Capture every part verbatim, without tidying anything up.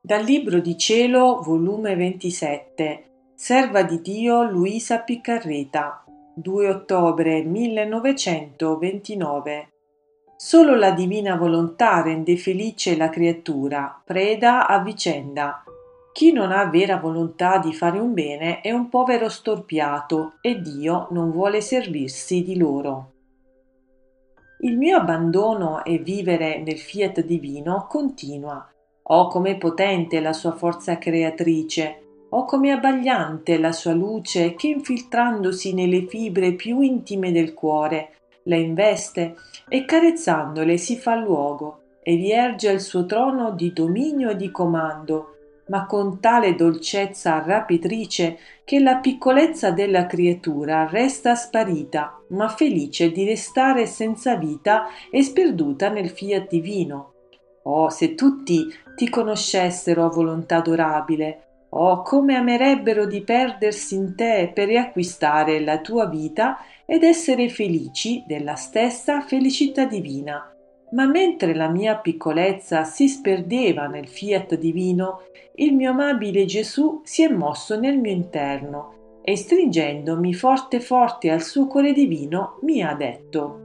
Dal Libro di Cielo, volume ventisette, Serva di Dio Luisa Piccarreta, due ottobre millenovecentoventinove. Solo la divina volontà rende felice la creatura, preda a vicenda. Chi non ha vera volontà di fare un bene è un povero storpiato e Dio non vuole servirsi di loro. Il mio abbandono e vivere nel fiat divino continua. Oh, com'è potente la sua forza creatrice! Oh, com'è abbagliante la sua luce che, infiltrandosi nelle fibre più intime del cuore, la investe e carezzandole si fa luogo e vi erge al suo trono di dominio e di comando, ma con tale dolcezza rapitrice che la piccolezza della creatura resta sparita, ma felice di restare senza vita e sperduta nel fiat divino. Oh, se tutti ti conoscessero, volontà adorabile! Oh, come amerebbero di perdersi in te per riacquistare la tua vita ed essere felici della stessa felicità divina. Ma mentre la mia piccolezza si sperdeva nel fiat divino, il mio amabile Gesù si è mosso nel mio interno e stringendomi forte forte al suo cuore divino mi ha detto: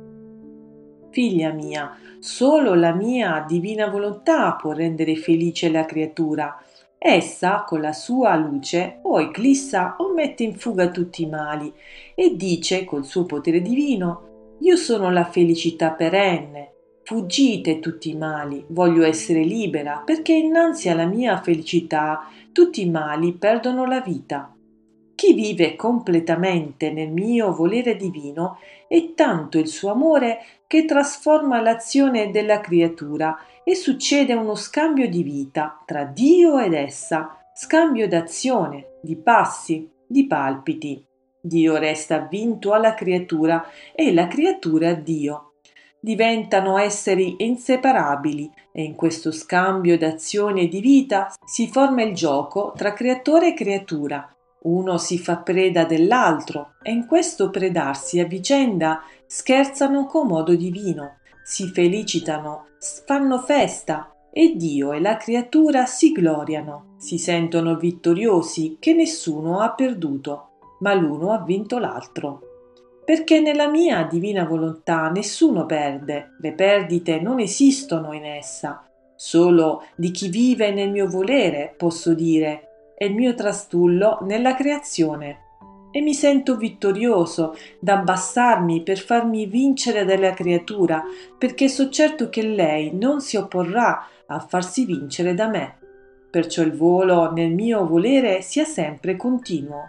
Figlia mia, solo la mia divina volontà può rendere felice la creatura. Essa, con la sua luce, o eclissa o mette in fuga tutti i mali e dice col suo potere divino: Io sono la felicità perenne. Fuggite tutti i mali, voglio essere libera, perché innanzi alla mia felicità tutti i mali perdono la vita. Chi vive completamente nel mio volere divino è tanto il suo amore che trasforma l'azione della creatura e succede uno scambio di vita tra Dio ed essa, scambio d'azione, di passi, di palpiti. Dio resta vinto alla creatura e la creatura a Dio. Diventano esseri inseparabili e in questo scambio d'azione e di vita si forma il gioco tra creatore e creatura. Uno si fa preda dell'altro e in questo predarsi a vicenda scherzano con modo divino, si felicitano, fanno festa e Dio e la creatura si gloriano, si sentono vittoriosi che nessuno ha perduto, ma l'uno ha vinto l'altro. Perché nella mia divina volontà nessuno perde, le perdite non esistono in essa. Solo di chi vive nel mio volere posso dire è il mio trastullo nella creazione. E mi sento vittorioso d'abbassarmi per farmi vincere dalla creatura, perché so certo che lei non si opporrà a farsi vincere da me. Perciò il volo nel mio volere sia sempre continuo.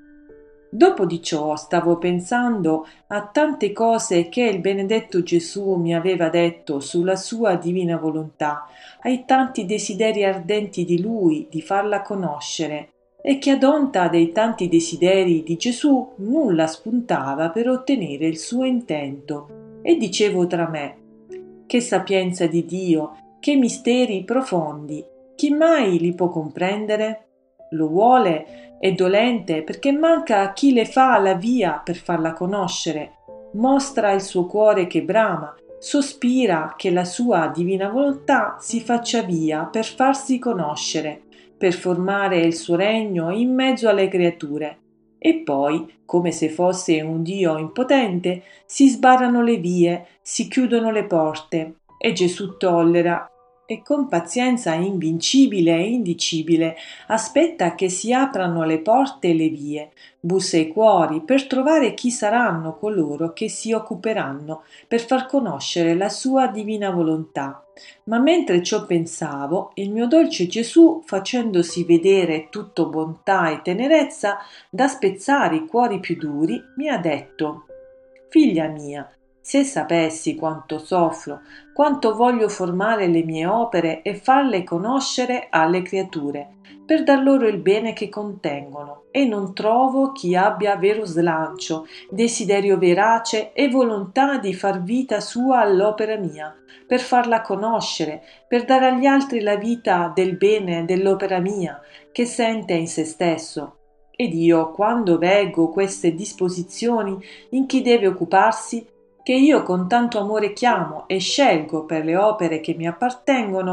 Dopo di ciò stavo pensando a tante cose che il benedetto Gesù mi aveva detto sulla sua divina volontà, ai tanti desideri ardenti di Lui di farla conoscere, e che ad onta dei tanti desideri di Gesù nulla spuntava per ottenere il suo intento. E dicevo tra me: che sapienza di Dio, che misteri profondi, chi mai li può comprendere? Lo vuole, è dolente perché manca a chi le fa la via per farla conoscere, mostra il suo cuore che brama, sospira che la sua divina volontà si faccia via per farsi conoscere, per formare il suo regno in mezzo alle creature. E poi, come se fosse un Dio impotente, si sbarrano le vie, si chiudono le porte, e Gesù tollera e con pazienza invincibile e indicibile aspetta che si aprano le porte e le vie, bussa i cuori per trovare chi saranno coloro che si occuperanno per far conoscere la sua divina volontà. Ma mentre ciò pensavo, il mio dolce Gesù, facendosi vedere tutto bontà e tenerezza da spezzare i cuori più duri, mi ha detto: Figlia mia, se sapessi quanto soffro, quanto voglio formare le mie opere e farle conoscere alle creature, per dar loro il bene che contengono, e non trovo chi abbia vero slancio, desiderio verace e volontà di far vita sua all'opera mia, per farla conoscere, per dare agli altri la vita del bene dell'opera mia, che sente in se stesso. Ed io, quando veggo queste disposizioni in chi deve occuparsi, che io con tanto amore chiamo e scelgo per le opere che mi appartengono,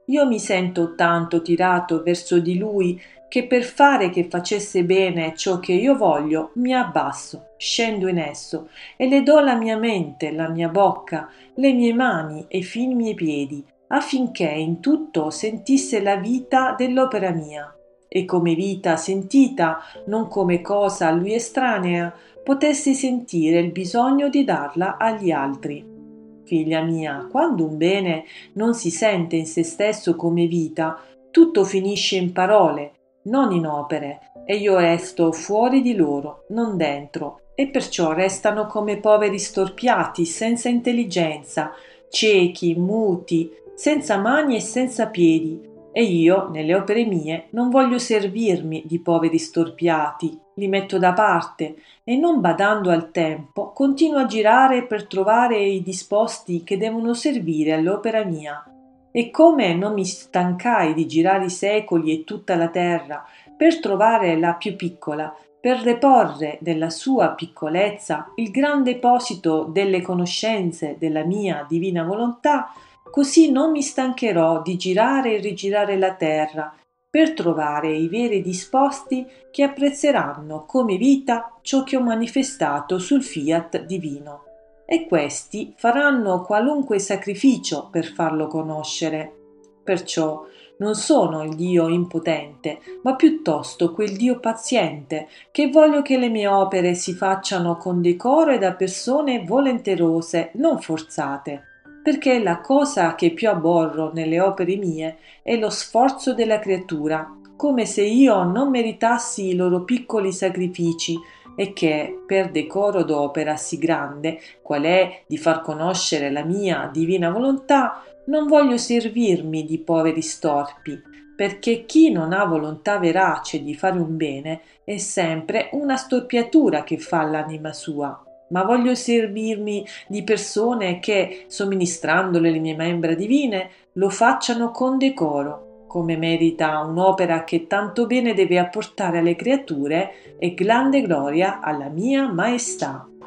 Io mi sento tanto tirato verso di lui che per fare che facesse bene ciò che io voglio, mi abbasso, scendo in esso e le do la mia mente, la mia bocca, le mie mani e fin i miei piedi, affinché in tutto sentisse la vita dell'opera mia. E come vita sentita, non come cosa a lui estranea, potessi sentire il bisogno di darla agli altri. Figlia mia, quando un bene non si sente in se stesso come vita, tutto finisce in parole, non in opere, e io resto fuori di loro, non dentro, e perciò restano come poveri storpiati, senza intelligenza, ciechi, muti, senza mani e senza piedi. E io, nelle opere mie, non voglio servirmi di poveri storpiati, li metto da parte e non badando al tempo, continuo a girare per trovare i disposti che devono servire all'opera mia. E come non mi stancai di girare i secoli e tutta la terra per trovare la più piccola, per deporre della sua piccolezza il gran deposito delle conoscenze della mia divina volontà, così non mi stancherò di girare e rigirare la terra per trovare i veri disposti che apprezzeranno come vita ciò che ho manifestato sul fiat divino. E questi faranno qualunque sacrificio per farlo conoscere. Perciò non sono il Dio impotente, ma piuttosto quel Dio paziente, che voglio che le mie opere si facciano con decoro e da persone volenterose, non forzate, perché la cosa che più aborro nelle opere mie è lo sforzo della creatura, come se io non meritassi i loro piccoli sacrifici e che, per decoro d'opera sì grande, qual è di far conoscere la mia divina volontà, non voglio servirmi di poveri storpi, perché chi non ha volontà verace di fare un bene è sempre una storpiatura che fa l'anima sua. Ma voglio servirmi di persone che, somministrandole le mie membra divine, lo facciano con decoro, come merita un'opera che tanto bene deve apportare alle creature e grande gloria alla mia maestà.